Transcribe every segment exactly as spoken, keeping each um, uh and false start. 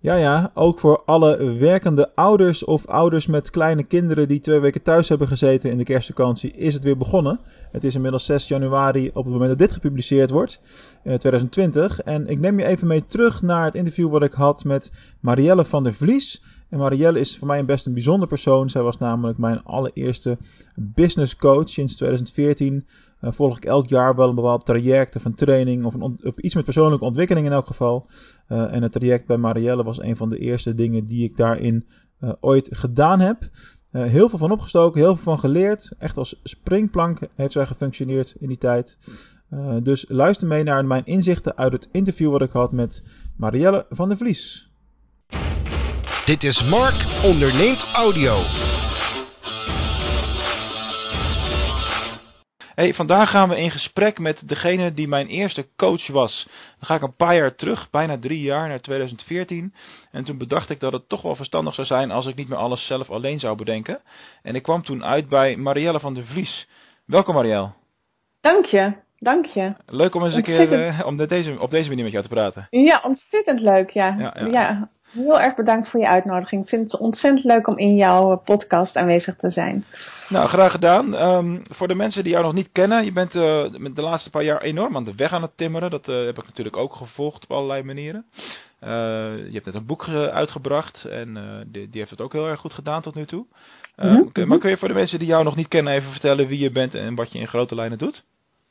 Ja, ja, ook voor alle werkende ouders of ouders met kleine kinderen die twee weken thuis hebben gezeten in de kerstvakantie, is het weer begonnen. Het is inmiddels zes januari op het moment dat dit gepubliceerd wordt, in twintig twintig. En ik neem je even mee terug naar het interview wat ik had met Marielle van der Vlies. En Marielle is voor mij een best een bijzonder persoon. Zij was namelijk mijn allereerste business coach sinds twintig veertien. Uh, volg ik elk jaar wel een bepaald traject of een training of, een on- of iets met persoonlijke ontwikkeling in elk geval. Uh, en het traject bij Marielle was een van de eerste dingen die ik daarin uh, ooit gedaan heb. Uh, heel veel van opgestoken, heel veel van geleerd. Echt als springplank heeft zij gefunctioneerd in die tijd. Uh, dus luister mee naar mijn inzichten uit het interview wat ik had met Marielle van der Vlies. Dit is Mark Onderneemt Audio. Hey, vandaag gaan we in gesprek met degene die mijn eerste coach was. Dan ga ik een paar jaar terug, bijna drie jaar, naar twintig veertien. En toen bedacht ik dat het toch wel verstandig zou zijn als ik niet meer alles zelf alleen zou bedenken. En ik kwam toen uit bij Marielle van der Vlies. Welkom Marielle. Dank je, dank je. Leuk om eens een ontzettend... keer uh, om de, deze, op deze manier met jou te praten. Ja, ontzettend leuk, ja. Ja, ja. ja. Heel erg bedankt voor je uitnodiging. Ik vind het ontzettend leuk om in jouw podcast aanwezig te zijn. Nou, graag gedaan. Um, voor de mensen die jou nog niet kennen, je bent uh, met de laatste paar jaar enorm aan de weg aan het timmeren. Dat uh, heb ik natuurlijk ook gevolgd op allerlei manieren. Uh, je hebt net een boek uh, uitgebracht en uh, die, die heeft het ook heel erg goed gedaan tot nu toe. Uh, Mm-hmm. kun, maar kun je voor de mensen die jou nog niet kennen even vertellen wie je bent en wat je in grote lijnen doet?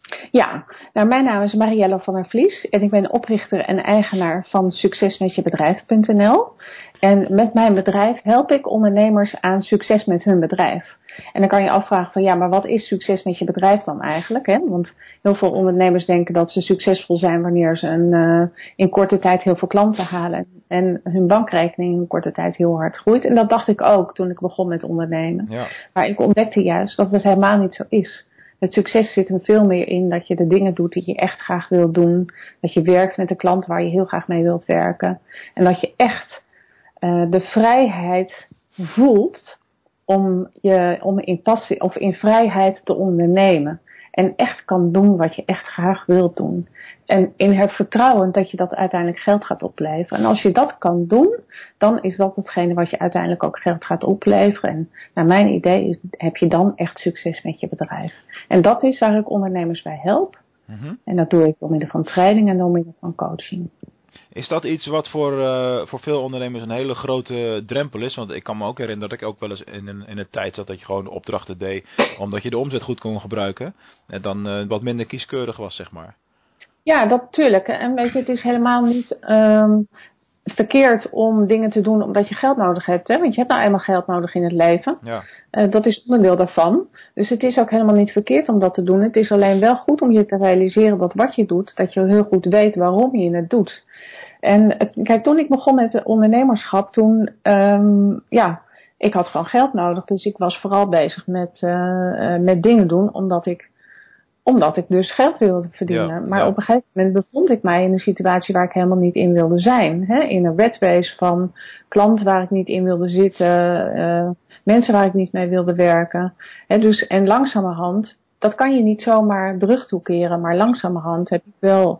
Ja, nou, mijn naam is Marielle van der Vlies en ik ben oprichter en eigenaar van succes met je bedrijf punt n l. En met mijn bedrijf help ik ondernemers aan succes met hun bedrijf. En dan kan je afvragen van ja, maar wat is succes met je bedrijf dan eigenlijk? Hè? Want heel veel ondernemers denken dat ze succesvol zijn wanneer ze een, uh, in korte tijd heel veel klanten halen. En hun bankrekening in korte tijd heel hard groeit. En dat dacht ik ook toen ik begon met ondernemen. Ja. Maar ik ontdekte juist dat het helemaal niet zo is. Het succes zit er veel meer in dat je de dingen doet die je echt graag wilt doen. Dat je werkt met de klant waar je heel graag mee wilt werken. En dat je echt uh, de vrijheid voelt om, je, om in passie of in vrijheid te ondernemen. En echt kan doen wat je echt graag wilt doen. En in het vertrouwen dat je dat uiteindelijk geld gaat opleveren. En als je dat kan doen, dan is dat hetgene wat je uiteindelijk ook geld gaat opleveren. En naar mijn idee is, heb je dan echt succes met je bedrijf. En dat is waar ik ondernemers bij help. Mm-hmm. En dat doe ik door middel van training en door middel van coaching. Is dat iets wat voor, uh, voor veel ondernemers een hele grote drempel is? Want ik kan me ook herinneren dat ik ook wel eens in een, in een tijd zat dat je gewoon de opdrachten deed, omdat je de omzet goed kon gebruiken. En dan uh, wat minder kieskeurig was, zeg maar. Ja, dat natuurlijk. En weet je, het is helemaal niet um, verkeerd om dingen te doen omdat je geld nodig hebt. Hè? Want je hebt nou eenmaal geld nodig in het leven. Ja. Uh, dat is onderdeel daarvan. Dus het is ook helemaal niet verkeerd om dat te doen. Het is alleen wel goed om je te realiseren dat wat je doet, dat je heel goed weet waarom je het doet. En kijk, toen ik begon met het ondernemerschap, toen, um, ja, ik had gewoon geld nodig. Dus ik was vooral bezig met, uh, uh, met dingen doen, omdat ik, omdat ik dus geld wilde verdienen. Ja, maar ja. op een gegeven moment bevond ik mij in een situatie waar ik helemaal niet in wilde zijn. Hè? In een red race van klanten waar ik niet in wilde zitten, uh, mensen waar ik niet mee wilde werken. Hè? Dus, en langzamerhand, dat kan je niet zomaar de rug toekeren, maar langzamerhand heb ik wel...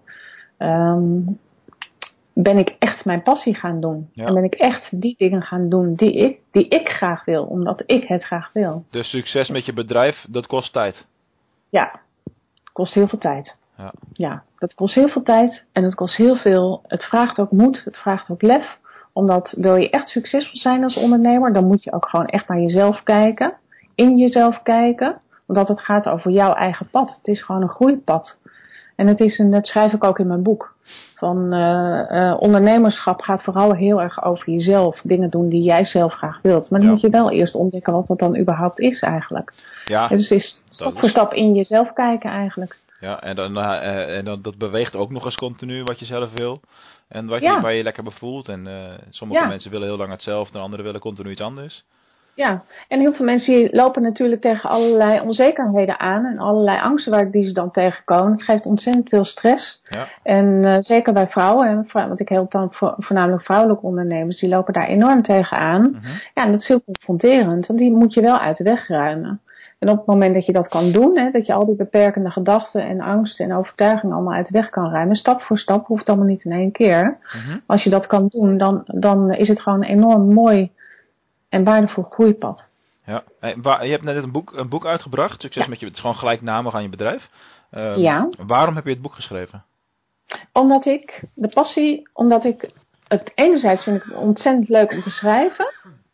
Um, ben ik echt mijn passie gaan doen. Ja. En ben ik echt die dingen gaan doen die ik, die ik graag wil. Omdat ik het graag wil. Dus succes met je bedrijf, dat kost tijd. Ja, het kost heel veel tijd. Ja. Ja, dat kost heel veel tijd. En het kost heel veel. Het vraagt ook moed. Het vraagt ook lef. Omdat wil je echt succesvol zijn als ondernemer, dan moet je ook gewoon echt naar jezelf kijken. In jezelf kijken. Omdat het gaat over jouw eigen pad. Het is gewoon een groeipad. En het is een, dat schrijf ik ook in mijn boek. Van uh, uh, ondernemerschap gaat vooral heel erg over jezelf. Dingen doen die jij zelf graag wilt. Maar dan Ja. moet je wel eerst ontdekken wat dat dan überhaupt is eigenlijk. Ja, Dus het is stap is- voor stap in jezelf kijken eigenlijk. ja en, dan, uh, en dan, dat beweegt ook nog eens continu wat je zelf wil. En wat je, Ja. waar je lekker bevoelt. En uh, sommige Ja. mensen willen heel lang hetzelfde, en anderen willen continu iets anders. Ja, en heel veel mensen die lopen natuurlijk tegen allerlei onzekerheden aan. En allerlei angsten waar die ze dan tegenkomen. Het geeft ontzettend veel stress. Ja. En uh, zeker bij vrouwen, hè, vrou- want ik help dan vo- voornamelijk vrouwelijke ondernemers, die lopen daar enorm tegen aan. Mm-hmm. Ja, en dat is heel confronterend, want die moet je wel uit de weg ruimen. En op het moment dat je dat kan doen, hè, dat je al die beperkende gedachten en angsten en overtuigingen allemaal uit de weg kan ruimen, stap voor stap, hoeft allemaal niet in één keer. Mm-hmm. Als je dat kan doen, dan, dan is het gewoon een enorm mooi en waardevol groeipad. Ja, je hebt net een boek, een boek uitgebracht, Succes ja. met je, het is gewoon gelijknamig aan je bedrijf. Um, ja. Waarom heb je het boek geschreven? Omdat ik, de passie, omdat ik, het enerzijds vind ik het ontzettend leuk om te schrijven.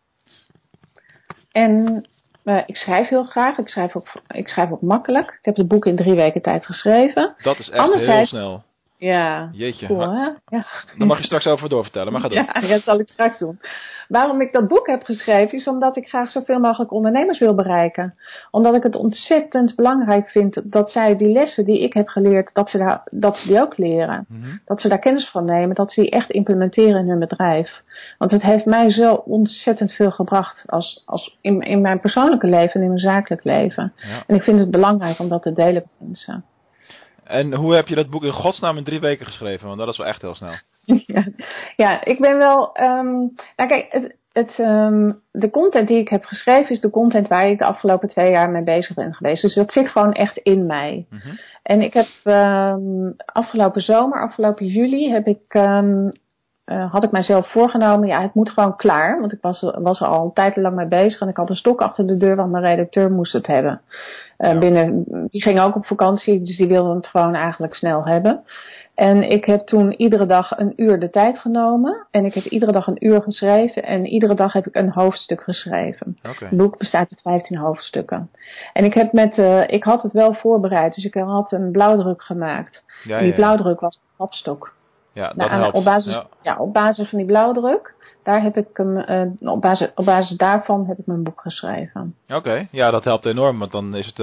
En uh, ik schrijf heel graag, ik schrijf, ook, ik schrijf ook makkelijk. Ik heb het boek in drie weken tijd geschreven. Dat is echt heel snel. Ja, jeetje. Cool, hè? Ja. Dan mag je straks over doorvertellen, maar ga door. Ja, dat zal ik straks doen. Waarom ik dat boek heb geschreven is omdat ik graag zoveel mogelijk ondernemers wil bereiken. Omdat ik het ontzettend belangrijk vind dat zij die lessen die ik heb geleerd, dat ze, daar, dat ze die ook leren. Mm-hmm. Dat ze daar kennis van nemen, dat ze die echt implementeren in hun bedrijf. Want het heeft mij zo ontzettend veel gebracht als, als in, in mijn persoonlijke leven en in mijn zakelijk leven. Ja. En ik vind het belangrijk om dat te delen met mensen. En hoe heb je dat boek in godsnaam in drie weken geschreven? Want dat is wel echt heel snel. Ja, ja ik ben wel... Um, nou kijk, het, het, um, de content die ik heb geschreven is de content waar ik de afgelopen twee jaar mee bezig ben geweest. Dus dat zit gewoon echt in mij. Mm-hmm. En ik heb um, afgelopen zomer, afgelopen juli, heb ik... Um, Uh, had ik mijzelf voorgenomen, ja, het moet gewoon klaar. Want ik was, was er al een tijd lang mee bezig en ik had een stok achter de deur, want mijn redacteur moest het hebben. Uh, ja. binnen, die ging ook op vakantie, dus die wilde het gewoon eigenlijk snel hebben. En ik heb toen iedere dag een uur de tijd genomen. En ik heb iedere dag een uur geschreven. En iedere dag heb ik een hoofdstuk geschreven. Okay. Het boek bestaat uit vijftien hoofdstukken. En ik heb met, uh, ik had het wel voorbereid, dus ik had een blauwdruk gemaakt. Ja, en die ja, blauwdruk was een kapstok. Ja, dat nou, helpt. Op basis, ja. Ja, op basis van die blauwdruk, daar heb ik hem, uh, op, basis, op basis daarvan heb ik mijn boek geschreven. Oké, okay. Ja, dat helpt enorm, want dan is het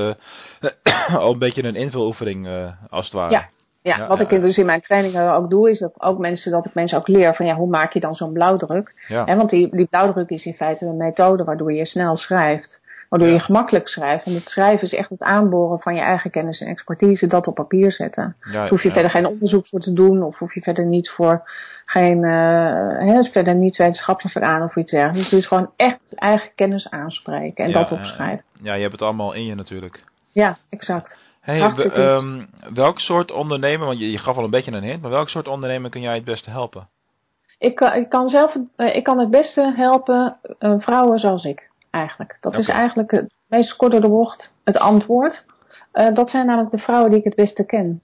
uh, al een beetje een invuloefening uh, als het ware. Ja, ja, ja wat ja, ik dus in mijn trainingen ook doe, is dat, ook mensen, dat ik mensen ook leer van ja, hoe maak je dan zo'n blauwdruk? Ja. He, want die, die blauwdruk is in feite een methode waardoor je snel schrijft. Waardoor ja. je gemakkelijk schrijft. Want het schrijven is echt het aanboren van je eigen kennis en expertise. Dat op papier zetten. Ja, daar hoef je ja. verder geen onderzoek voor te doen. Of hoef je verder niet voor geen, uh, he, verder niet wetenschappelijk aan of iets dergelijks. Dus het is gewoon echt eigen kennis aanspreken. En ja, dat opschrijven. Ja, je hebt het allemaal in je natuurlijk. Ja, exact. Hey, we, um, welk soort ondernemer, want je, je gaf al een beetje een hint. Maar welk soort ondernemer kun jij het beste helpen? Ik, ik kan zelf, uh, ik kan het beste helpen uh, vrouwen zoals ik. Eigenlijk. Dat okay. is eigenlijk het meest kort door de bocht het antwoord. Uh, dat zijn namelijk de vrouwen die ik het beste ken.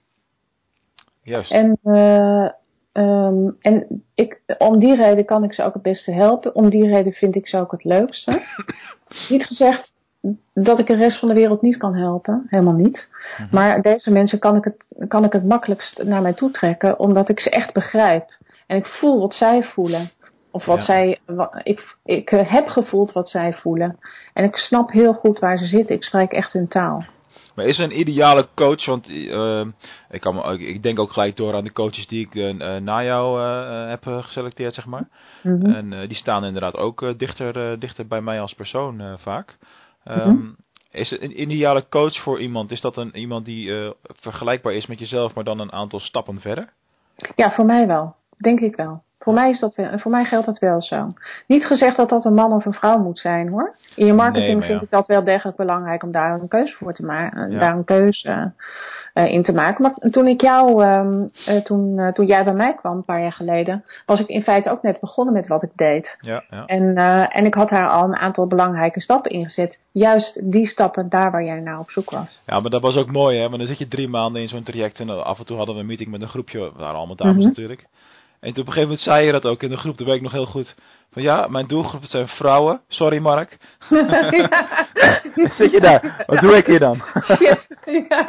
Juist. En, uh, um, en ik, om die reden kan ik ze ook het beste helpen. Om die reden vind ik ze ook het leukste. Niet gezegd dat ik de rest van de wereld niet kan helpen. Helemaal niet. Mm-hmm. Maar deze mensen kan ik, het, kan ik het makkelijkst naar mij toe trekken. Omdat ik ze echt begrijp. En ik voel wat zij voelen. Of wat ja. zij, wat, ik, ik heb gevoeld wat zij voelen. En ik snap heel goed waar ze zitten. Ik spreek echt hun taal. Maar is er een ideale coach? Want uh, ik, kan, ik denk ook gelijk door aan de coaches die ik uh, na jou uh, heb geselecteerd, zeg maar. Mm-hmm. En uh, die staan inderdaad ook uh, dichter, uh, dichter bij mij als persoon uh, vaak. Um, mm-hmm. Is het een ideale coach voor iemand? Is dat een, iemand die uh, vergelijkbaar is met jezelf, maar dan een aantal stappen verder? Ja, voor mij wel. Denk ik wel. Voor mij, is dat wel, voor mij geldt dat wel zo. Niet gezegd dat dat een man of een vrouw moet zijn, hoor. In je marketing nee, vind ja. ik dat wel degelijk belangrijk om daar een keuze voor te maken, ja. daar een keuze uh, in te maken. Maar toen ik jou, um, uh, toen, uh, toen jij bij mij kwam een paar jaar geleden, was ik in feite ook net begonnen met wat ik deed. Ja, ja. En, uh, en ik had daar al een aantal belangrijke stappen ingezet. Juist die stappen daar waar jij naar op zoek was. Ja, maar dat was ook mooi, hè? Want dan zit je drie maanden in zo'n traject en af en toe hadden we een meeting met een groepje, we waren allemaal dames mm-hmm. natuurlijk. En toen op een gegeven moment zei je dat ook in de groep, dat weet ik nog heel goed. Van ja, mijn doelgroep zijn vrouwen. Sorry Mark. Ja. Zit je daar? Wat doe ik hier dan? Shit. Ja,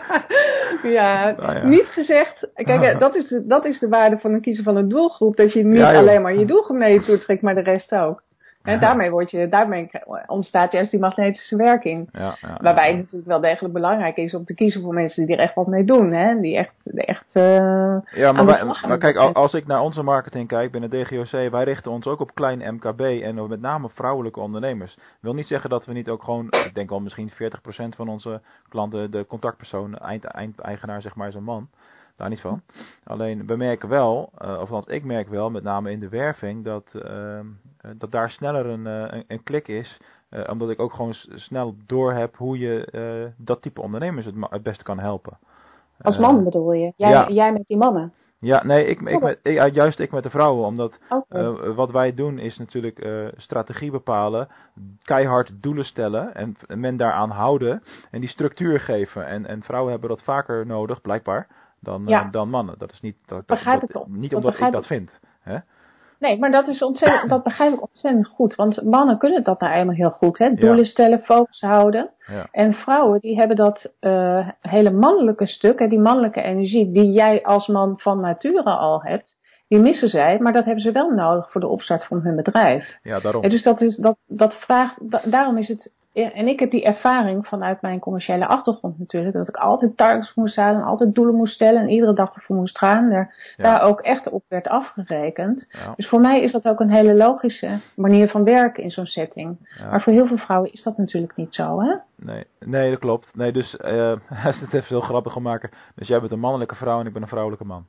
ja. Nou ja. Niet gezegd. Kijk, dat is, de, dat is de waarde van het kiezen van een doelgroep. Dat je niet ja, alleen maar je doelgroep naar je toe trekt, maar de rest ook. En daarmee, word je, daarmee ontstaat juist die magnetische werking. Ja, ja, Waarbij het natuurlijk wel degelijk belangrijk is om te kiezen voor mensen die er echt wat mee doen. Hè? Die echt, echt uh, ja, maar, wij, maar kijk, als ik naar onze marketing kijk binnen D G O C, wij richten ons ook op klein M K B en met name vrouwelijke ondernemers. Dat wil niet zeggen dat we niet ook gewoon, ik denk wel misschien veertig procent van onze klanten, de contactpersoon, eind, eindeigenaar zeg maar, is een man. Daar niet van. Alleen we merken wel, uh, of althans ik merk wel, met name in de werving, dat, uh, dat daar sneller een, uh, een, een klik is Uh, omdat ik ook gewoon s- snel doorheb hoe je uh, dat type ondernemers het, ma- het beste kan helpen. Als man uh, bedoel je? Jij, ja. jij met die mannen? Ja, nee, ik, ik met, ik, juist ik met de vrouwen. Omdat okay. uh, wat wij doen is natuurlijk uh, strategie bepalen, keihard doelen stellen en men daaraan houden en die structuur geven. En, en vrouwen hebben dat vaker nodig, blijkbaar, dan, ja. uh, dan mannen. Dat is niet, dat, begrijp dat, ik op. niet dat omdat ik dat ik. vind. Hè? Nee, maar dat, is ontzettend, dat begrijp ik ontzettend goed. Want mannen kunnen dat nou eenmaal heel goed. Hè? Doelen ja. stellen, focus houden. Ja. En vrouwen die hebben dat uh, hele mannelijke stuk, hè, die mannelijke energie die jij als man van nature al hebt. Die missen zij, maar dat hebben ze wel nodig voor de opstart van hun bedrijf. Ja, daarom. En dus dat is, dat, dat vraagt, da, daarom is het, en ik heb die ervaring vanuit mijn commerciële achtergrond natuurlijk, dat ik altijd targets moest halen en altijd doelen moest stellen en iedere dag ervoor moest gaan. Er, ja. Daar ook echt op werd afgerekend. Ja. Dus voor mij is dat ook een hele logische manier van werken in zo'n setting. Ja. Maar voor heel veel vrouwen is dat natuurlijk niet zo, hè? Nee, nee, dat klopt. Nee, dus uh, het is even heel grappig maken. Dus jij bent een mannelijke vrouw en ik ben een vrouwelijke man.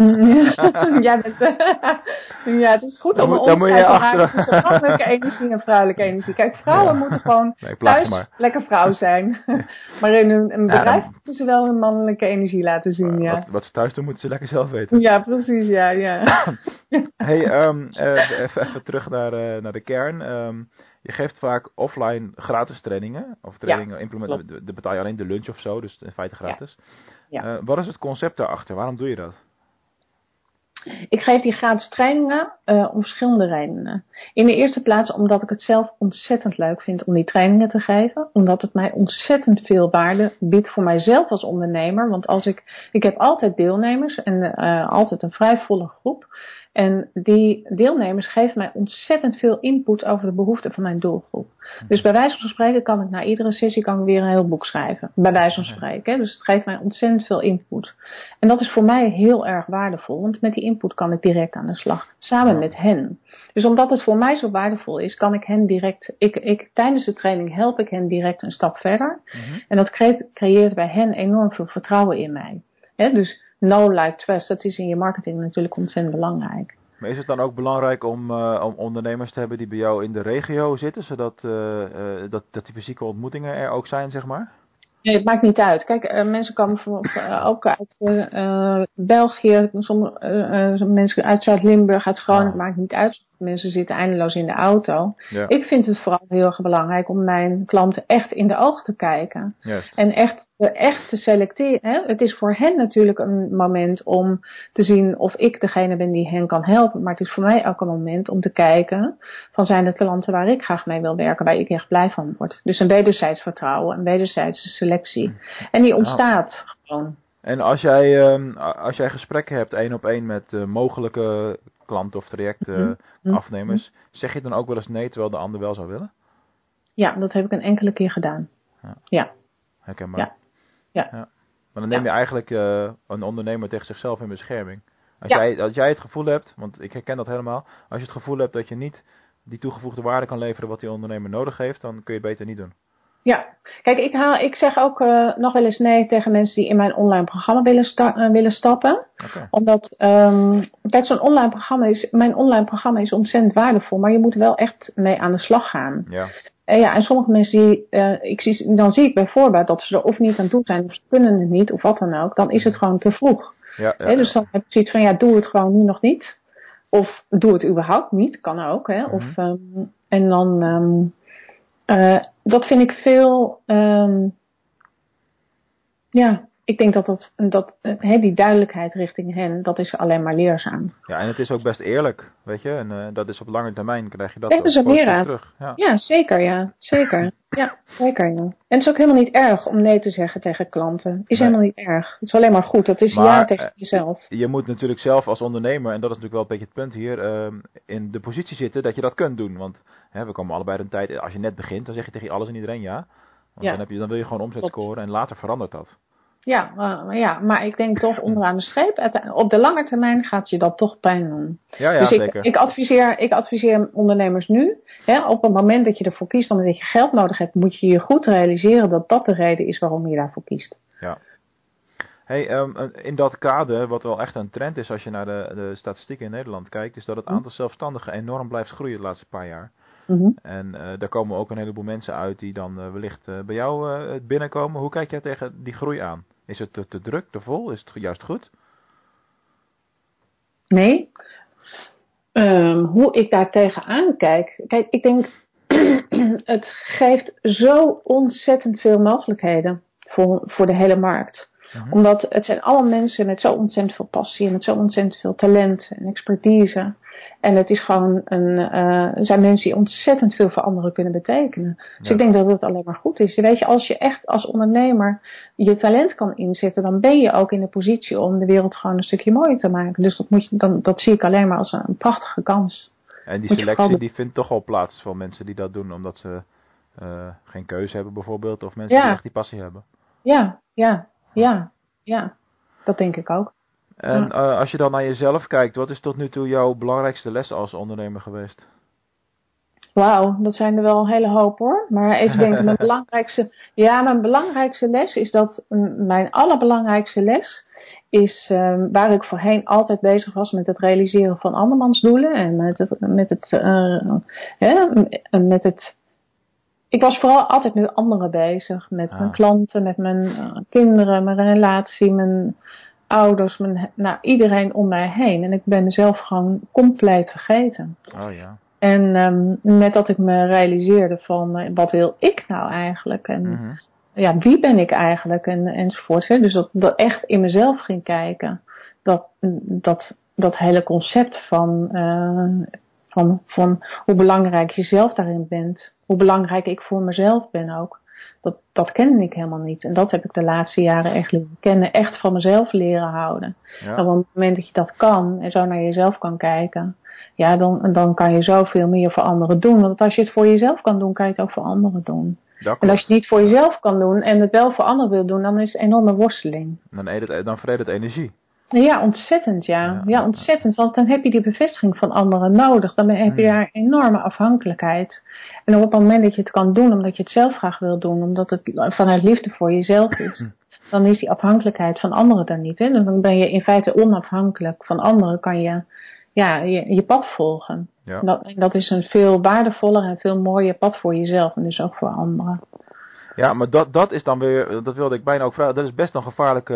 Jij bent, uh, ja, het is goed dan om moet, een onderscheid te achter... maken tussen mannelijke energie en vrouwelijke energie. Kijk, vrouwen ja. moeten gewoon nee, thuis maar. lekker vrouw zijn. Maar in een, een bedrijf ja, dan... moeten ze wel hun mannelijke energie laten zien, ja. Wat, wat ze thuis doen, moeten ze lekker zelf weten. Ja, precies, ja, ja. Hey, um, uh, even, even terug naar, uh, naar de kern. Um, je geeft vaak offline gratis trainingen. Of trainingen, ja, implement, de, de betaal je alleen de lunch of zo, dus in feite gratis. Ja. Ja. Uh, wat is het concept daarachter? Waarom doe je dat? Ik geef die gratis trainingen uh, om verschillende redenen. In de eerste plaats omdat ik het zelf ontzettend leuk vind om die trainingen te geven. Omdat het mij ontzettend veel waarde biedt voor mijzelf als ondernemer. Want als ik, ik heb altijd deelnemers en uh, altijd een vrij volle groep. En die deelnemers geven mij ontzettend veel input over de behoeften van mijn doelgroep. Dus bij wijze van spreken kan ik na iedere sessie kan ik weer een heel boek schrijven. Bij wijze van spreken. Hè? Dus het geeft mij ontzettend veel input. En dat is voor mij heel erg waardevol. Want met die input kan ik direct aan de slag. Samen ja. met hen. Dus omdat het voor mij zo waardevol is, kan ik hen direct... Ik, ik, tijdens de training help ik hen direct een stap verder. Mm-hmm. En dat creëert, creëert bij hen enorm veel vertrouwen in mij. Hè? Dus... Know, like, trust, dat is in je marketing natuurlijk ontzettend belangrijk. Maar is het dan ook belangrijk om, uh, om ondernemers te hebben die bij jou in de regio zitten, zodat uh, uh, dat, dat die fysieke ontmoetingen er ook zijn, zeg maar? Nee, het maakt niet uit. Kijk, uh, mensen komen van, uh, ook uit uh, uh, België, sommige uh, uh, mensen uit Zuid-Limburg, uit Groningen, het maakt niet uit. Mensen zitten eindeloos in de auto. Ja. Ik vind het vooral heel erg belangrijk om mijn klanten echt in de ogen te kijken. Yes. En echt, echt te selecteren. Hè? Het is voor hen natuurlijk een moment om te zien of ik degene ben die hen kan helpen. Maar het is voor mij ook een moment om te kijken van zijn er klanten waar ik graag mee wil werken, waar ik echt blij van word. Dus een wederzijds vertrouwen, een wederzijdse selectie. En die ontstaat oh. gewoon. En als jij, um, als jij gesprekken hebt één op één met uh, mogelijke klanten of trajecten uh, afnemers, zeg je dan ook wel eens nee terwijl de ander wel zou willen? Ja, dat heb ik een enkele keer gedaan. Ja. ja. Herkenbaar. Ja. Ja. ja. Maar dan neem je ja. eigenlijk uh, een ondernemer tegen zichzelf in bescherming. Als, ja. jij, als jij het gevoel hebt, want ik herken dat helemaal, als je het gevoel hebt dat je niet die toegevoegde waarde kan leveren wat die ondernemer nodig heeft, dan kun je het beter niet doen. Ja, kijk, ik, haal, ik zeg ook uh, nog wel eens nee tegen mensen die in mijn online programma willen, sta- uh, willen stappen. Okay. Omdat, um, kijk, zo'n online programma is, mijn online programma is ontzettend waardevol, maar je moet wel echt mee aan de slag gaan. Ja. En ja, en sommige mensen die, uh, ik zie, dan zie ik bijvoorbeeld dat ze er of niet aan toe zijn, of ze kunnen het niet, of wat dan ook, dan is het gewoon te vroeg. Ja, ja, He, dus dan heb ik zoiets van, ja, doe het gewoon nu nog niet. Of doe het überhaupt niet, kan ook. Hè. Mm-hmm. Of, um, en dan... Um, Uh, dat vind ik veel, um, ja, ik denk dat, dat, dat uh, die duidelijkheid richting hen, dat is alleen maar leerzaam. Ja, en het is ook best eerlijk, weet je, en uh, dat is op lange termijn krijg je dat ook positief terug. Ja. ja, zeker, ja, zeker. ja, zeker, ja. En het is ook helemaal niet erg om nee te zeggen tegen klanten. Is nee. helemaal niet erg. Het is alleen maar goed, dat is maar, ja tegen jezelf. Je moet natuurlijk zelf als ondernemer, en dat is natuurlijk wel een beetje het punt hier, uh, in de positie zitten dat je dat kunt doen, want hè, we komen allebei een tijd, als je net begint, dan zeg je tegen alles en iedereen ja. Want ja. Dan, heb je, dan wil je gewoon omzet scoren en later verandert dat. Ja, uh, ja, maar ik denk toch onderaan de streep, op de lange termijn gaat je dat toch pijn doen. Ja, ja, dus ik, zeker. Ik adviseer, ik adviseer ondernemers nu, hè, op het moment dat je ervoor kiest, omdat je geld nodig hebt, moet je je goed realiseren dat dat de reden is waarom je daarvoor kiest. Ja. Hey, um, in dat kader, wat wel echt een trend is als je naar de, de statistieken in Nederland kijkt, is dat het aantal zelfstandigen enorm blijft groeien de laatste paar jaar. Mm-hmm. En uh, daar komen ook een heleboel mensen uit die dan uh, wellicht uh, bij jou uh, binnenkomen. Hoe kijk jij tegen die groei aan? Is het te, te druk, te vol? Is het juist goed? Nee. Um, hoe ik daar tegenaan kijk. Kijk, ik denk, het geeft zo ontzettend veel mogelijkheden voor, voor de hele markt. Uh-huh. Omdat het zijn allemaal mensen met zo ontzettend veel passie en met zo ontzettend veel talent en expertise. En het is gewoon een, uh, zijn mensen die ontzettend veel voor anderen kunnen betekenen. Dus ja. Ik denk dat het alleen maar goed is. Je weet je, als je echt als ondernemer je talent kan inzetten, dan ben je ook in de positie om de wereld gewoon een stukje mooier te maken. Dus dat, moet je, dan, dat zie ik alleen maar als een, een prachtige kans. En die selectie vooral... die vindt toch wel plaats van mensen die dat doen omdat ze uh, geen keuze hebben bijvoorbeeld. Of mensen ja. die echt die passie hebben. Ja, ja, ja, ja. Dat denk ik ook. En ja. uh, als je dan naar jezelf kijkt, wat is tot nu toe jouw belangrijkste les als ondernemer geweest? Wauw, dat zijn er wel een hele hoop hoor. Maar even denken, mijn belangrijkste, ja, mijn belangrijkste les is dat, mijn allerbelangrijkste les is uh, waar ik voorheen altijd bezig was met het realiseren van andermans doelen en met het, met het, uh, ja, met het, ik was vooral altijd met anderen bezig, met ah. mijn klanten, met mijn uh, kinderen, mijn relatie, mijn ouders, mijn, nou, iedereen om mij heen. En ik ben mezelf gewoon compleet vergeten. Oh ja. En um, met dat ik me realiseerde van, uh, wat wil ik nou eigenlijk? En mm-hmm. ja, wie ben ik eigenlijk? En, enzovoort. Hè? Dus dat, dat echt in mezelf ging kijken. Dat, dat, dat hele concept van, uh, van, van hoe belangrijk je zelf daarin bent. Hoe belangrijk ik voor mezelf ben ook. Dat, dat kende ik helemaal niet. En dat heb ik de laatste jaren echt leren kennen. Echt van mezelf leren houden. Ja. En op het moment dat je dat kan en zo naar jezelf kan kijken. Ja, dan, dan kan je zoveel meer voor anderen doen. Want als je het voor jezelf kan doen, kan je het ook voor anderen doen. En als je het niet voor jezelf kan doen en het wel voor anderen wil doen, dan is het een enorme worsteling. Dan, eet het, dan vreet het energie. Ja, ontzettend ja. ja. Ja, ontzettend. Want dan heb je die bevestiging van anderen nodig. Dan heb je daar een enorme afhankelijkheid. En op het moment dat je het kan doen, omdat je het zelf graag wil doen, omdat het vanuit liefde voor jezelf is, dan is die afhankelijkheid van anderen er niet. Hè? Dan ben je in feite onafhankelijk van anderen, kan je ja, je, je pad volgen. Ja. Dat, dat is een veel waardevoller en veel mooier pad voor jezelf en dus ook voor anderen. Ja, maar dat, dat is dan weer, dat wilde ik bijna ook vragen, dat is best een gevaarlijke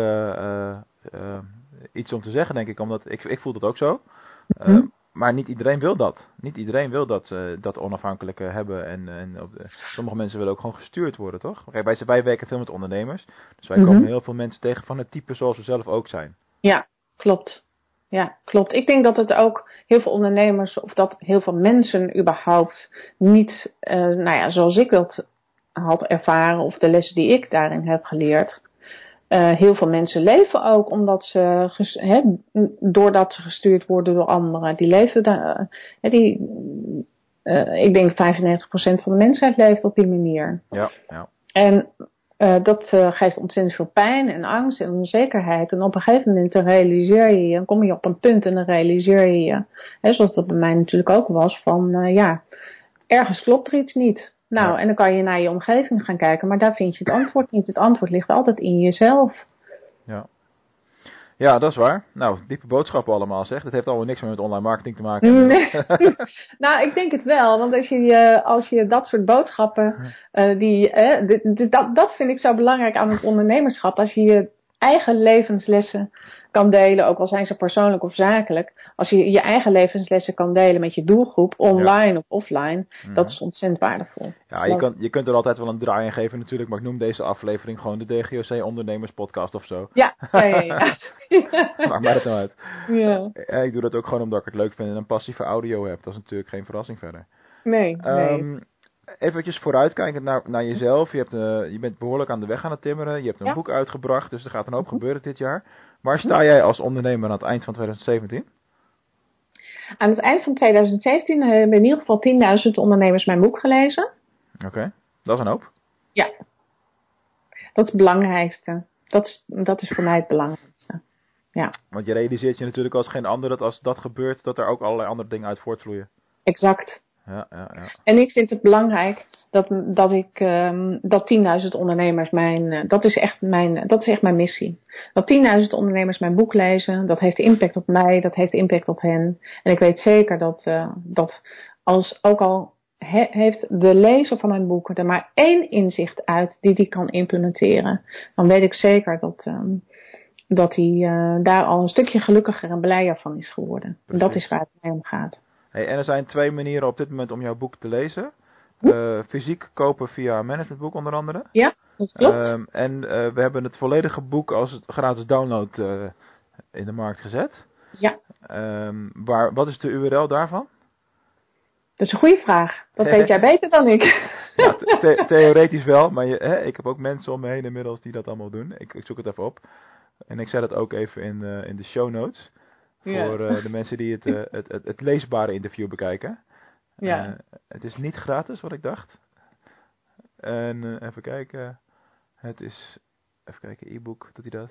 uh, uh, iets om te zeggen, denk ik, omdat ik, ik voel dat ook zo. Uh, hm? Maar niet iedereen wil dat. Niet iedereen wil dat, uh, dat onafhankelijke hebben. En, en op de, sommige mensen willen ook gewoon gestuurd worden, toch? Kijk, wij, wij werken veel met ondernemers. Dus wij mm-hmm. komen heel veel mensen tegen van het type zoals we zelf ook zijn. Ja, klopt. Ja, klopt. Ik denk dat het ook heel veel ondernemers, of dat heel veel mensen überhaupt niet, uh, nou ja, zoals ik dat had ervaren, of de lessen die ik daarin heb geleerd. Uh, heel veel mensen leven ook omdat ze, he, doordat ze gestuurd worden door anderen. Die leven daar, he, die, uh, ik denk vijfennegentig procent van de mensheid leeft op die manier. Ja, ja. En uh, dat uh, geeft ontzettend veel pijn en angst en onzekerheid. En op een gegeven moment dan realiseer je je, dan kom je op een punt en dan realiseer je je, he, zoals dat bij mij natuurlijk ook was, van uh, ja, ergens klopt er iets niet. Nou, ja. En dan kan je naar je omgeving gaan kijken, maar daar vind je het antwoord niet. Het antwoord ligt altijd in jezelf. Ja, ja, dat is waar. Nou, diepe boodschappen allemaal zeg. Dat heeft allemaal niks meer met online marketing te maken. Nee. Nou, ik denk het wel. Want als je, als je dat soort boodschappen, uh, die, uh, dus dat, dat vind ik zo belangrijk aan het ondernemerschap. Als je je eigen levenslessen kan delen, ook al zijn ze persoonlijk of zakelijk. Als je je eigen levenslessen kan delen met je doelgroep, online ja. of offline, mm. dat is ontzettend waardevol. Ja, je, kan, je kunt er altijd wel een draai in geven natuurlijk, maar ik noem deze aflevering gewoon de D G O C Ondernemers Podcast of zo. Ja, ja, ja. ja. Maakt mij dat nou uit. Ja. Ja, ik doe dat ook gewoon omdat ik het leuk vind en een passie voor audio heb. Dat is natuurlijk geen verrassing verder. Nee, nee. Um, Eventjes vooruitkijkend naar, naar jezelf. Je, hebt, uh, je bent behoorlijk aan de weg aan het timmeren. Je hebt een ja. boek uitgebracht, dus er gaat een hoop mm-hmm. gebeuren dit jaar. Waar sta jij als ondernemer aan het eind van twintig zeventien? Aan het eind van twintig zeventien hebben in ieder geval tienduizend ondernemers mijn boek gelezen. Oké, okay. Dat is een hoop. Ja, dat is het belangrijkste. Dat is, dat is voor mij het belangrijkste. Ja. Want je realiseert je natuurlijk als geen ander dat als dat gebeurt, dat er ook allerlei andere dingen uit voortvloeien. Exact. Ja, ja, ja. En ik vind het belangrijk dat, dat ik um, dat tienduizend ondernemers mijn, uh, dat is echt mijn, dat is echt mijn missie. Dat tienduizend ondernemers mijn boek lezen, dat heeft impact op mij, dat heeft impact op hen. En ik weet zeker dat, uh, dat als ook al he, heeft de lezer van mijn boeken er maar één inzicht uit die hij kan implementeren, dan weet ik zeker dat, um, dat hij uh, daar al een stukje gelukkiger en blijer van is geworden. En dat is waar het mij om gaat. Hey, en er zijn twee manieren op dit moment om jouw boek te lezen. Uh, fysiek kopen via Managementboek onder andere. Ja, dat klopt. Um, en uh, we hebben het volledige boek als gratis download uh, in de markt gezet. Ja. Um, waar, wat is de U R L daarvan? Dat is een goede vraag. Dat weet jij beter dan ik. Ja, the- theoretisch wel, maar je, hè, ik heb ook mensen om me heen inmiddels die dat allemaal doen. Ik, ik zoek het even op. En ik zet het ook even in, uh, in de show notes. Ja. Voor uh, de mensen die het, uh, het, het, het leesbare interview bekijken. Ja. Uh, het is niet gratis, wat ik dacht. En uh, even kijken. Het is... Even kijken, e-book, doet hij dat?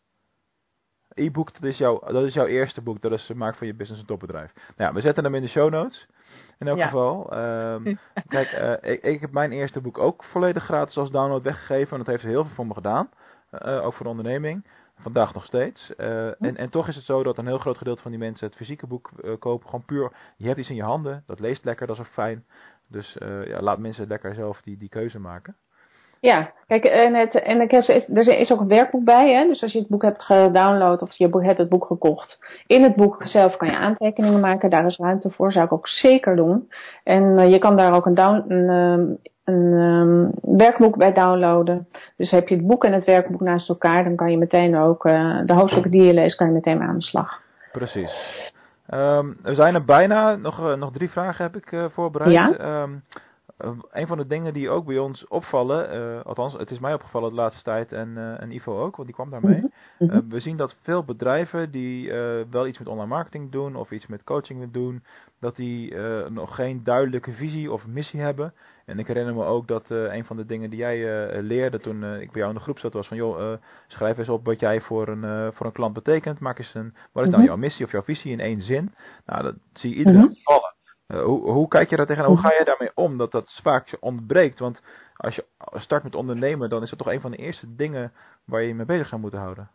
E-book, dat is, jouw, dat is jouw eerste boek. Dat is Maak van je business een topbedrijf. Nou ja, we zetten hem in de show notes. In elk Ja. geval. Um, kijk, uh, ik, ik heb mijn eerste boek ook volledig gratis als download weggegeven. En dat heeft heel veel voor me gedaan. Uh, ook voor de onderneming. Vandaag nog steeds. Uh, en, en toch is het zo dat een heel groot gedeelte van die mensen het fysieke boek uh, kopen. Gewoon puur, je hebt iets in je handen. Dat leest lekker, dat is ook fijn. Dus uh, ja, laat mensen lekker zelf die, die keuze maken. Ja, kijk, en, het, en er is ook een werkboek bij. Hè? Dus als je het boek hebt gedownload of je hebt het boek gekocht. In het boek zelf kan je aantekeningen maken. Daar is ruimte voor. Zou ik ook zeker doen. En uh, je kan daar ook een, down, een, um, een um, werkboek bij downloaden. Dus heb je het boek en het werkboek naast elkaar. Dan kan je meteen ook uh, de hoofdstukken die je leest, kan je meteen aan de slag. Precies. Um, we zijn er bijna. Nog, uh, nog drie vragen heb ik uh, voorbereid. Ja. Um, Uh, een van de dingen die ook bij ons opvallen, uh, althans het is mij opgevallen de laatste tijd en, uh, en Ivo ook, want die kwam daarmee. Mm-hmm. Uh, we zien dat veel bedrijven die uh, wel iets met online marketing doen of iets met coaching doen, dat die uh, nog geen duidelijke visie of missie hebben. En ik herinner me ook dat uh, een van de dingen die jij uh, leerde toen uh, ik bij jou in de groep zat was van joh, uh, schrijf eens op wat jij voor een, uh, voor een klant betekent. Maak eens een, wat is nou jouw missie of jouw visie in één zin? Nou, dat zie je iedereen mm-hmm. vallen. Uh, hoe, hoe kijk je daar tegenaan? Hoe ga je daarmee om? Dat dat vaak ontbreekt. Want als je start met ondernemen, dan is dat toch een van de eerste dingen waar je je mee bezig zou moeten houden.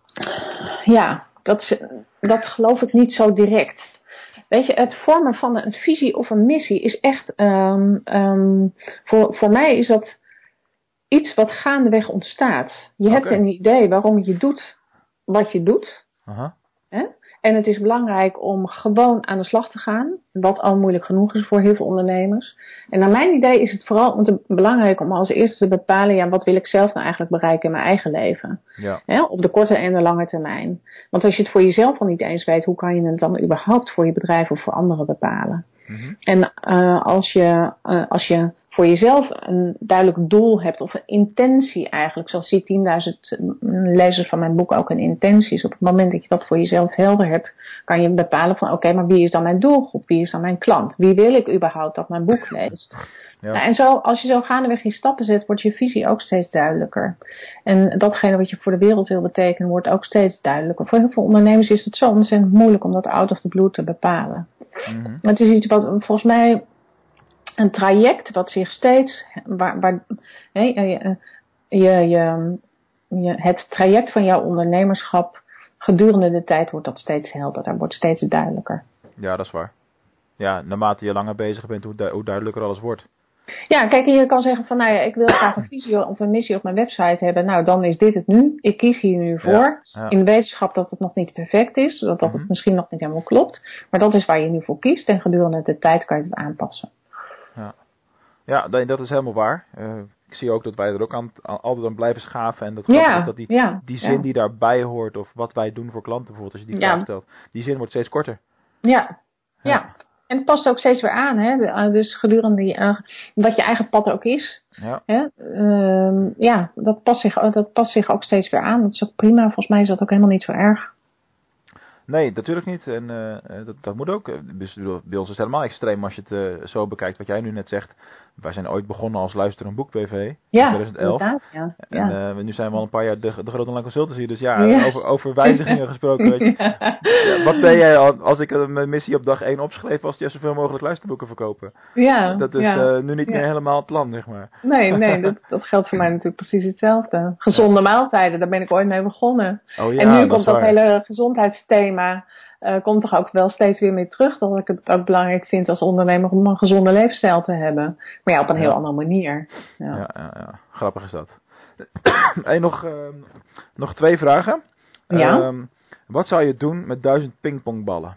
Ja, dat, dat geloof ik niet zo direct. Weet je, het vormen van een visie of een missie is echt... Um, um, voor, voor mij is dat iets wat gaandeweg ontstaat. Je okay. hebt een idee waarom je doet wat je doet. Uh-huh. Hè? En het is belangrijk om gewoon aan de slag te gaan. Wat al moeilijk genoeg is voor heel veel ondernemers. En naar mijn idee is het vooral om te, belangrijk om als eerste te bepalen... ja, wat wil ik zelf nou eigenlijk bereiken in mijn eigen leven? Ja. Hè, op de korte en de lange termijn. Want als je het voor jezelf al niet eens weet... hoe kan je het dan überhaupt voor je bedrijf of voor anderen bepalen? Mm-hmm. En uh, als, je, uh, als je voor jezelf een duidelijk doel hebt... of een intentie eigenlijk... zoals die tienduizend lezers van mijn boek ook een intentie is... op het moment dat je dat voor jezelf helder hebt... kan je bepalen van oké, okay, maar wie is dan mijn doelgroep? Wie is dan mijn klant? Wie wil ik überhaupt dat mijn boek leest? Ja. Nou, en zo, als je zo gaandeweg je stappen zet... wordt je visie ook steeds duidelijker. En datgene wat je voor de wereld wil betekenen... wordt ook steeds duidelijker. Voor heel veel ondernemers is het zo ontzettend moeilijk... om dat out of the blue te bepalen. Mm-hmm. Het is iets wat volgens mij... een traject wat zich steeds... Waar, waar, he, je, je, je, je, het traject van jouw ondernemerschap... gedurende de tijd wordt dat steeds helderder. Wordt steeds duidelijker. Ja, dat is waar. Ja, naarmate je langer bezig bent, hoe, du- hoe duidelijker alles wordt. Ja, kijk, je kan zeggen van, nou ja, ik wil graag een visie of een missie op mijn website hebben. Nou, dan is dit het nu. Ik kies hier nu voor. Ja, ja. In de wetenschap dat het nog niet perfect is. Dat, dat mm-hmm. het misschien nog niet helemaal klopt. Maar dat is waar je nu voor kiest. En gedurende de tijd kan je het aanpassen. Ja, ja dat is helemaal waar. Uh, ik zie ook dat wij er ook aan, aan, altijd aan blijven schaven. En dat, ja, dat die, ja, die zin ja. die daarbij hoort, of wat wij doen voor klanten bijvoorbeeld, als je die vraag ja. stelt. Die zin wordt steeds korter. Ja, ja. ja. En het past ook steeds weer aan, hè? Dus gedurende die, uh, wat je eigen pad ook is. Ja. Hè? Uh, ja, dat past, zich, dat past zich ook steeds weer aan. Dat is ook prima. Volgens mij is dat ook helemaal niet zo erg. Nee, natuurlijk niet. En uh, dat, dat moet ook. Dus bij ons is het helemaal extreem als je het uh, zo bekijkt wat jij nu net zegt. Wij zijn ooit begonnen als Luister een Boek B V. Ja, in twintig elf. Ja, ja. En uh, nu zijn we al een paar jaar de, de grote online consultancy. Dus ja, ja. Over, over wijzigingen gesproken. Weet je. Ja. Ja, wat ben jij als ik mijn missie op dag één opschreef, was het zoveel mogelijk luisterboeken verkopen. Ja, dat is ja. uh, nu niet ja. meer helemaal het plan, zeg maar. Nee, nee, dat, dat geldt voor mij natuurlijk precies hetzelfde. Gezonde maaltijden, daar ben ik ooit mee begonnen. Oh ja, en nu dat komt dat waar. hele gezondheidsthema uh, komt toch ook wel steeds weer mee terug dat ik het ook belangrijk vind als ondernemer om een gezonde leefstijl te hebben. Maar ja, op een heel ja. andere manier. Ja. Ja, ja, ja. Grappig is dat. Hey, nog, uh, nog twee vragen. Ja? Uh, wat zou je doen met duizend pingpongballen?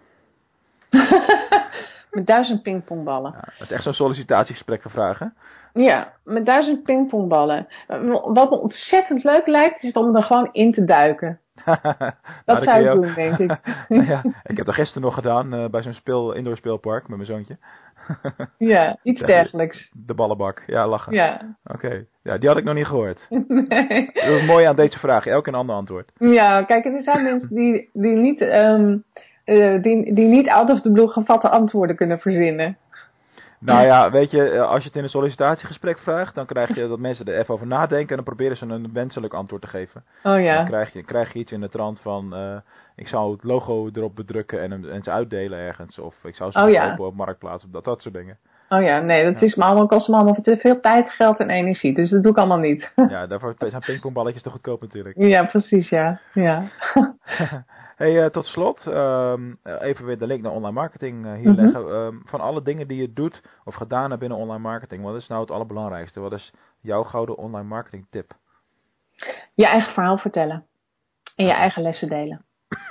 Met duizend pingpongballen? Ja, dat is echt zo'n sollicitatiegesprek voor vragen. Ja, met duizend pingpongballen. Wat me ontzettend leuk lijkt, is om er gewoon in te duiken. nou, dat zou ik doen, denk ik. nou ja, ik heb dat gisteren nog gedaan uh, bij zo'n speel, indoor speelpark met mijn zoontje. ja, iets ja, dergelijks. De ballenbak, ja, lachen. Ja. Oké, okay. Ja, die had ik nog niet gehoord. nee. Dat is mooi aan deze vraag, elk een ander antwoord. Ja, kijk, er zijn mensen die, die, niet, um, uh, die, die niet out of the blue gevatte antwoorden kunnen verzinnen. Nou ja, weet je, als je het in een sollicitatiegesprek vraagt, dan krijg je dat mensen er even over nadenken en dan proberen ze een wenselijk antwoord te geven. Oh ja. Dan krijg je, krijg je iets in de trant van, uh, ik zou het logo erop bedrukken en, en ze uitdelen ergens. Of ik zou ze oh, verkopen ja. op Marktplaats, dat, dat soort dingen. Oh ja, nee, dat ja. is me allemaal, kost me allemaal te veel tijd, geld en energie. Dus dat doe ik allemaal niet. ja, daarvoor zijn pingpongballetjes te goedkoop natuurlijk. Ja, precies, ja. ja. Hey, uh, tot slot, um, even weer de link naar online marketing uh, hier mm-hmm. leggen. Um, van alle dingen die je doet of gedaan hebt binnen online marketing, wat is nou het allerbelangrijkste? Wat is jouw gouden online marketing tip? Je eigen verhaal vertellen. En je eigen lessen delen.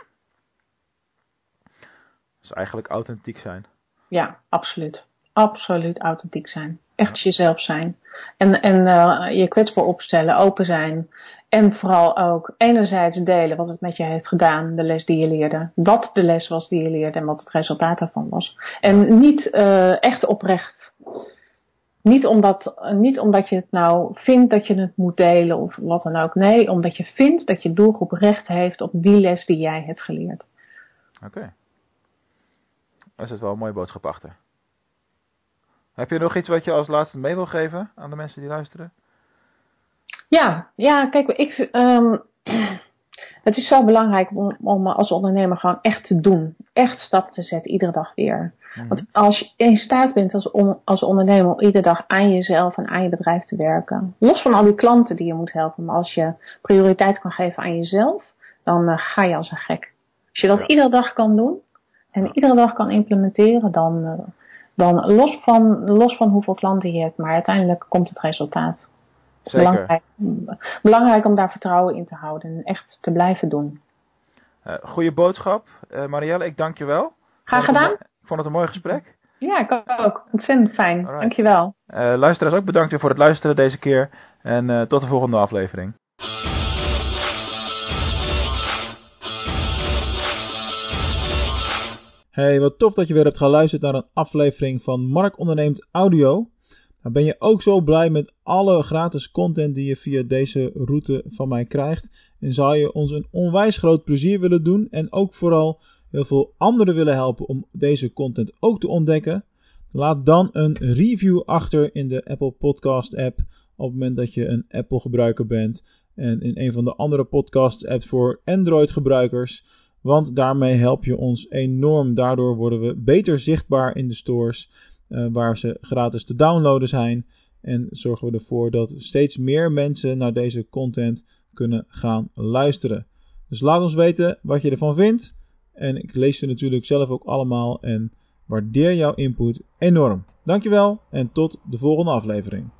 Dus eigenlijk authentiek zijn. Ja, absoluut. Absoluut authentiek zijn. Echt jezelf zijn. En, en uh, je kwetsbaar opstellen, open zijn. En vooral ook enerzijds delen wat het met je heeft gedaan, de les die je leerde. Wat de les was die je leerde en wat het resultaat daarvan was. En niet uh, echt oprecht. Niet omdat, niet omdat je het nou vindt dat je het moet delen of wat dan ook. Nee, omdat je vindt dat je doelgroep recht heeft op die les die jij hebt geleerd. Oké. Okay. Dat is wel een mooie boodschap achter. Heb je nog iets wat je als laatste mee wil geven aan de mensen die luisteren? Ja, ja kijk, ik, um, het is zo belangrijk om, om als ondernemer gewoon echt te doen. Echt stappen te zetten, iedere dag weer. Mm-hmm. Want als je in staat bent als, on, als ondernemer om iedere dag aan jezelf en aan je bedrijf te werken. Los van al die klanten die je moet helpen. Maar als je prioriteit kan geven aan jezelf, dan uh, ga je als een gek. Als je dat ja. iedere dag kan doen en ja. iedere dag kan implementeren, dan... Uh, Dan los van, los van hoeveel klanten je hebt, maar uiteindelijk komt het resultaat. Zeker. Belangrijk, belangrijk om daar vertrouwen in te houden en echt te blijven doen. Uh, goeie boodschap. Uh, Marielle, ik dank je wel. Graag gedaan. Ik vond het een mooi gesprek. Ja, ik ook. Ontzettend fijn. Alright. Dank je wel. Uh, luisteraars ook bedankt voor het luisteren deze keer. En uh, tot de volgende aflevering. Hey, wat tof dat je weer hebt geluisterd naar een aflevering van Mark Onderneemt Audio. Nou, ben je ook zo blij met alle gratis content die je via deze route van mij krijgt? En zou je ons een onwijs groot plezier willen doen en ook vooral heel veel anderen willen helpen om deze content ook te ontdekken? Laat dan een review achter in de Apple Podcast app op het moment dat je een Apple gebruiker bent en in een van de andere podcast apps voor Android gebruikers. Want daarmee help je ons enorm. Daardoor worden we beter zichtbaar in de stores uh, waar ze gratis te downloaden zijn. En zorgen we ervoor dat steeds meer mensen naar deze content kunnen gaan luisteren. Dus laat ons weten wat je ervan vindt. En ik lees ze natuurlijk zelf ook allemaal en waardeer jouw input enorm. Dankjewel en tot de volgende aflevering.